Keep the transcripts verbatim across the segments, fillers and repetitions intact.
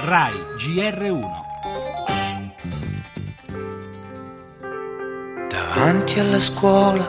Rai G R uno. Davanti alla scuola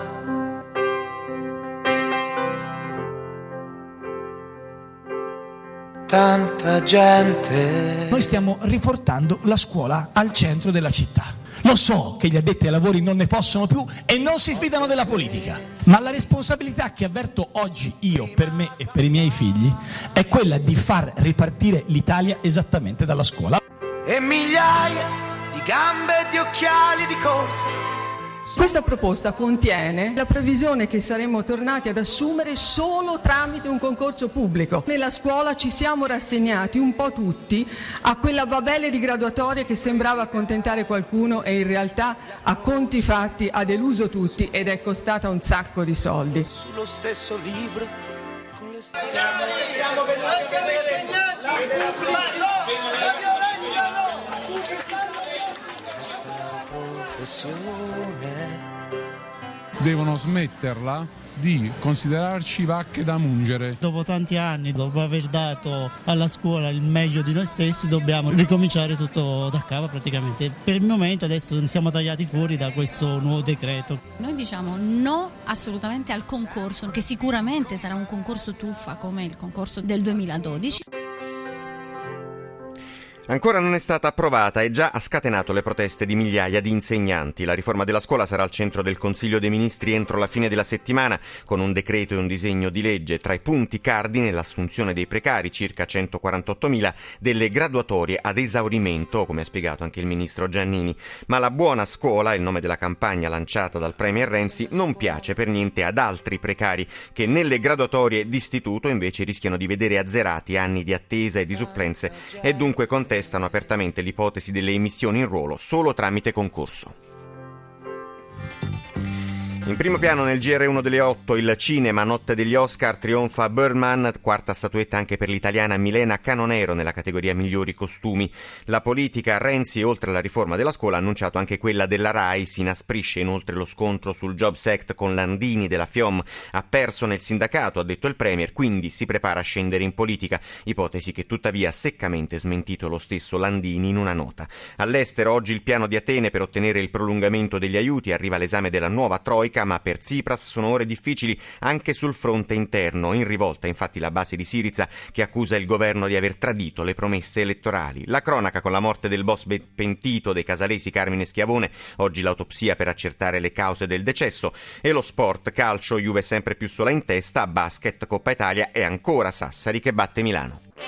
tanta gente. Noi stiamo riportando la scuola al centro della città. Lo so che gli addetti ai lavori non ne possono più e non si fidano della politica, ma la responsabilità che avverto oggi io per me e per i miei figli è quella di far ripartire l'Italia esattamente dalla scuola. E migliaia di gambe e di occhiali di corsa. Questa proposta contiene la previsione che saremmo tornati ad assumere solo tramite un concorso pubblico. Nella scuola ci siamo rassegnati un po' tutti a quella babele di graduatorie che sembrava accontentare qualcuno e in realtà a conti fatti ha deluso tutti ed è costata un sacco di soldi. Sullo stesso libro con le stesse... Siamo, siamo per insegnanti, la violenza no! Devono smetterla di considerarci vacche da mungere. Dopo tanti anni, dopo aver dato alla scuola il meglio di noi stessi, dobbiamo ricominciare tutto da capo praticamente. Per il momento adesso siamo tagliati fuori da questo nuovo decreto. Noi diciamo no assolutamente al concorso, che sicuramente sarà un concorso truffa come il concorso del duemiladodici. Ancora non è stata approvata e già ha scatenato le proteste di migliaia di insegnanti. La riforma della scuola sarà al centro del Consiglio dei Ministri entro la fine della settimana, con un decreto e un disegno di legge. Tra i punti cardine l'assunzione dei precari, circa centoquarantottomila, delle graduatorie ad esaurimento, come ha spiegato anche il ministro Giannini. Ma la buona scuola, il nome della campagna lanciata dal premier Renzi, non piace per niente ad altri precari, che nelle graduatorie d'istituto invece rischiano di vedere azzerati anni di attesa e di supplenze e dunque contestano Testano apertamente l'ipotesi delle immissioni in ruolo solo tramite concorso. In primo piano nel G R uno delle otto il cinema, notte degli Oscar, trionfa Birdman, quarta statuetta anche per l'italiana Milena Canonero nella categoria migliori costumi. La politica, Renzi, oltre alla riforma della scuola, ha annunciato anche quella della Rai, si inasprisce inoltre lo scontro sul Jobs Act con Landini della FIOM, ha perso nel sindacato, ha detto il Premier, quindi si prepara a scendere in politica, ipotesi che tuttavia ha seccamente smentito lo stesso Landini in una nota. All'estero oggi il piano di Atene per ottenere il prolungamento degli aiuti, arriva l'esame della nuova troika, ma per Tsipras sono ore difficili anche sul fronte interno. In rivolta infatti la base di Syriza che accusa il governo di aver tradito le promesse elettorali. La cronaca con la morte del boss pentito dei casalesi Carmine Schiavone, oggi l'autopsia per accertare le cause del decesso, e lo sport, calcio, Juve sempre più sola in testa, basket, Coppa Italia e ancora Sassari che batte Milano.